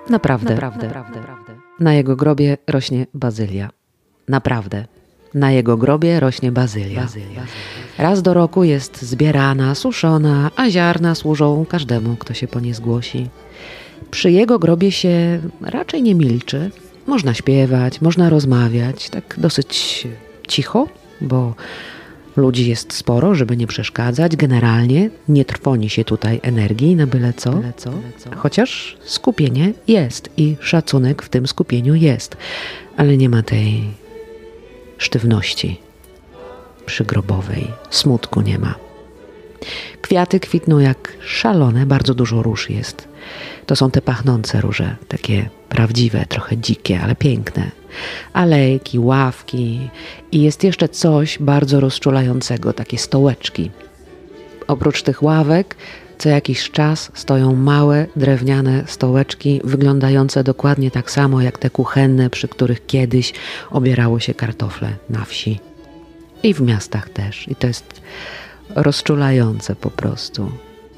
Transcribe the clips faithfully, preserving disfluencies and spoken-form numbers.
Naprawdę. Naprawdę. Na jego grobie rośnie bazylia. Naprawdę. Na jego grobie rośnie bazylia. bazylia. Raz do roku jest zbierana, suszona, a ziarna służą każdemu, kto się po nie zgłosi. Przy jego grobie się raczej nie milczy. Można śpiewać, można rozmawiać, tak dosyć cicho, bo ludzi jest sporo, żeby nie przeszkadzać. Generalnie nie trwoni się tutaj energii na byle co. Byle co. Chociaż skupienie jest i szacunek w tym skupieniu jest, ale nie ma tej sztywności przygrobowej, smutku nie ma. Kwiaty kwitną jak szalone, bardzo dużo róż jest. To są te pachnące róże, takie prawdziwe, trochę dzikie, ale piękne. Alejki, ławki i jest jeszcze coś bardzo rozczulającego, takie stołeczki. Oprócz tych ławek co jakiś czas stoją małe, drewniane stołeczki, wyglądające dokładnie tak samo jak te kuchenne, przy których kiedyś obierało się kartofle na wsi. I w miastach też. I to jest rozczulające po prostu.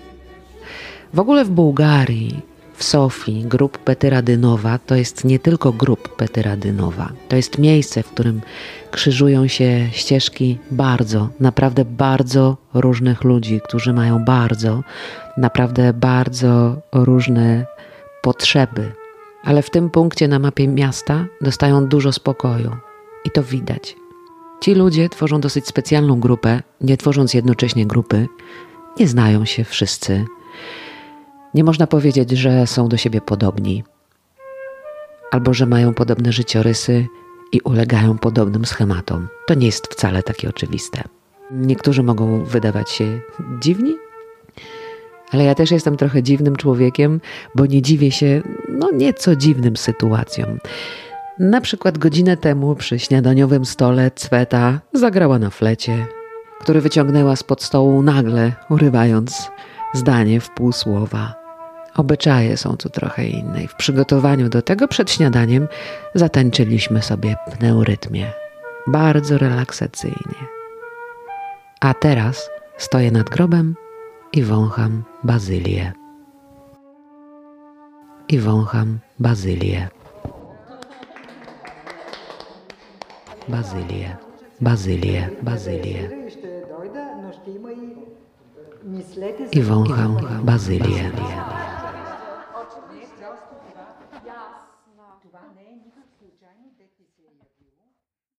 W ogóle w Bułgarii, w Sofii, grób Petyradynowa to jest nie tylko grób Petyradynowa. To jest miejsce, w którym krzyżują się ścieżki bardzo, naprawdę bardzo różnych ludzi, którzy mają bardzo, naprawdę bardzo różne potrzeby. Ale w tym punkcie na mapie miasta dostają dużo spokoju. I to widać. Ci ludzie tworzą dosyć specjalną grupę, nie tworząc jednocześnie grupy. Nie znają się wszyscy. Nie można powiedzieć, że są do siebie podobni. Albo że mają podobne życiorysy i ulegają podobnym schematom. To nie jest wcale takie oczywiste. Niektórzy mogą wydawać się dziwni, ale ja też jestem trochę dziwnym człowiekiem, bo nie dziwię się no nieco dziwnym sytuacjom. Na przykład godzinę temu przy śniadaniowym stole Cweta zagrała na flecie, który wyciągnęła spod stołu nagle, urywając zdanie w pół słowa. Obyczaje są tu trochę inne i w przygotowaniu do tego przed śniadaniem zatańczyliśmy sobie w neurytmie. Bardzo relaksacyjnie. A teraz stoję nad grobem i wącham bazylię. I wącham bazylię. Bazylię, bazylię, bazylię. I wącham bazylię.